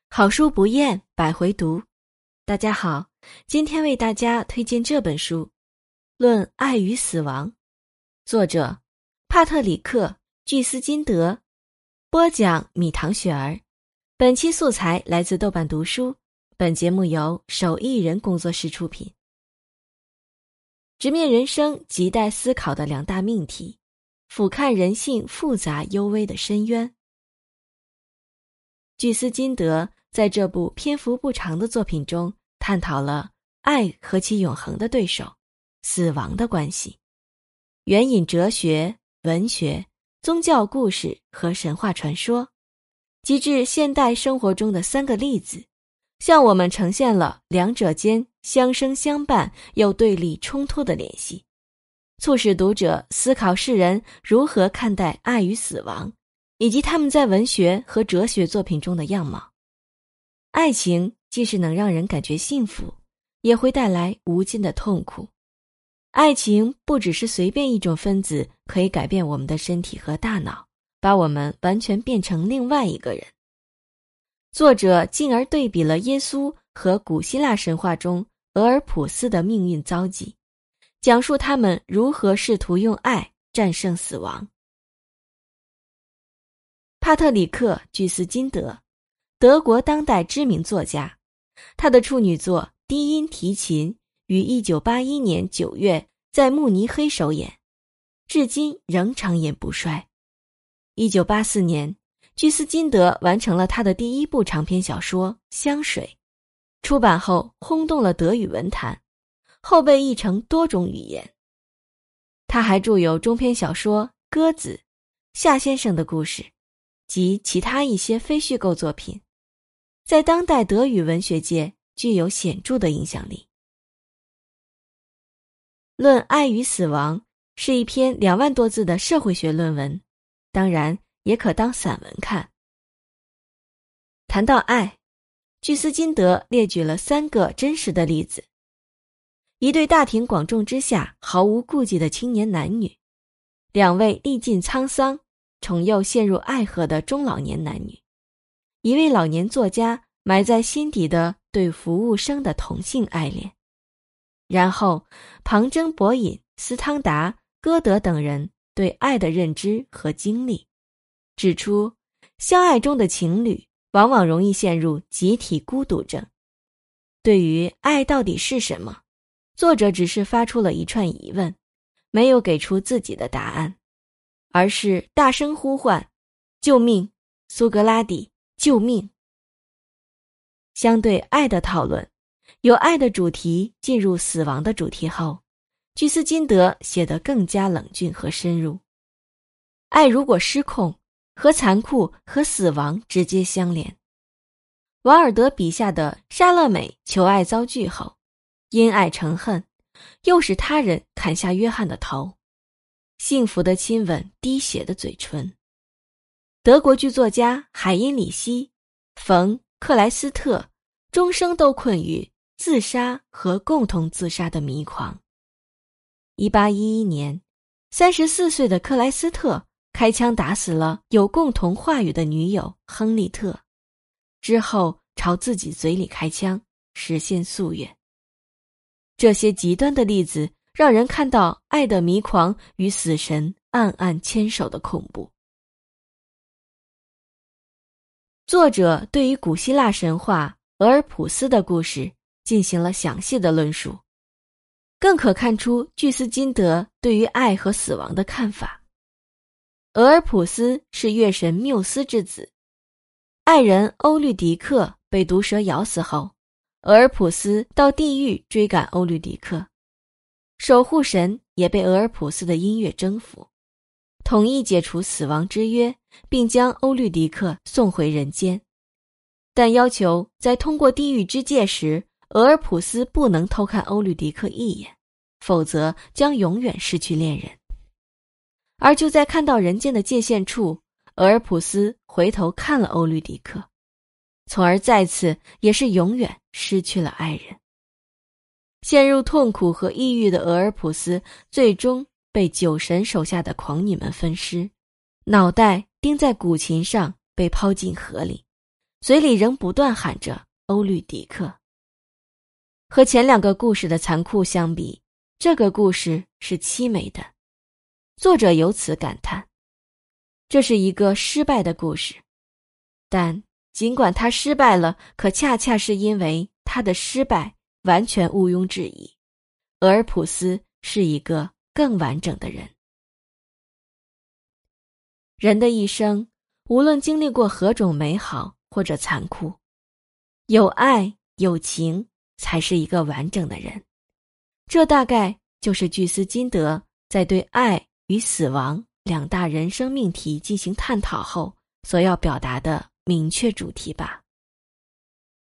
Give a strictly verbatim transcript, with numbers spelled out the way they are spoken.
好书不厌，百回读。大家好，今天为大家推荐这本书《论爱与死亡》，作者帕特里克·巨斯金德，播讲米糖雪儿。本期素材来自豆瓣读书，本节目由手艺人工作室出品。直面人生亟待思考的两大命题，俯瞰人性复杂幽微的深渊。巨斯金德在这部篇幅不长的作品中探讨了爱和其永恒的对手死亡的关系，援引哲学、文学、宗教故事和神话传说，及至现代生活中的三个例子，向我们呈现了两者间相生相伴又对立冲突的联系，促使读者思考世人如何看待爱与死亡，以及他们在文学和哲学作品中的样貌。爱情既是能让人感觉幸福，也会带来无尽的痛苦。爱情不只是随便一种分子可以改变我们的身体和大脑，把我们完全变成另外一个人。作者进而对比了耶稣和古希腊神话中俄尔普斯的命运遭际，讲述他们如何试图用爱战胜死亡。帕特里克·巨斯金德，德国当代知名作家，他的处女作《低音提琴》于一九八一年九月在慕尼黑首演，至今仍长演不衰。一九八四年，巨斯金德完成了他的第一部长篇小说《香水》，出版后轰动了德语文坛，后被译成多种语言。他还著有中篇小说《鸽子》、夏先生的故事及其他一些非虚构作品，在当代德语文学界具有显著的影响力。《论爱与死亡》是一篇两万多字的社会学论文，当然也可当散文看。谈到爱，巨斯金德列举了三个真实的例子：一对大庭广众之下毫无顾忌的青年男女，两位历尽沧桑宠幼陷入爱河的中老年男女，一位老年作家埋在心底的对服务生的同性爱恋。然后旁征博引斯汤达、歌德等人对爱的认知和经历，指出相爱中的情侣往往容易陷入集体孤独症。对于爱到底是什么，作者只是发出了一串疑问，没有给出自己的答案，而是大声呼唤：救命，苏格拉底，救命！相对爱的讨论，由爱的主题进入死亡的主题后，巨斯金德写得更加冷峻和深入。爱如果失控，和残酷和死亡直接相连。瓦尔德笔下的莎乐美求爱遭拒后，因爱成恨，诱使他人砍下约翰的头，幸福的亲吻滴血的嘴唇。德国剧作家海因里希、冯·克莱斯特终生都困于自杀和共同自杀的迷狂。一八一一年，三十四岁的克莱斯特开枪打死了有共同话语的女友亨利特，之后朝自己嘴里开枪，实现夙愿。这些极端的例子让人看到爱的迷狂与死神暗暗牵手的恐怖。作者对于古希腊神话俄尔普斯的故事进行了详细的论述，更可看出巨斯金德对于爱和死亡的看法。俄尔普斯是月神缪斯之子，爱人欧律狄克被毒蛇咬死后，俄尔普斯到地狱追赶欧律狄克，守护神也被俄尔普斯的音乐征服，统一解除死亡之约，并将欧律狄克送回人间，但要求在通过地狱之界时，俄尔普斯不能偷看欧律狄克一眼，否则将永远失去恋人。而就在看到人间的界限处，俄尔普斯回头看了欧律狄克，从而再次也是永远失去了爱人。陷入痛苦和抑郁的俄尔普斯最终被酒神手下的狂女们分尸，脑袋钉在古琴上被抛进河里， 嘴里仍不断喊着欧律狄克。和前两个故事的残酷相比，这个故事是凄美的。作者由此感叹，这是一个失败的故事，但尽管他失败了，可恰恰是因为他的失败完全毋庸置疑，俄尔普斯是一个更完整的人。人的一生，无论经历过何种美好或者残酷，有爱有情才是一个完整的人。这大概就是居斯金德在对爱与死亡两大人生命题进行探讨后所要表达的明确主题吧。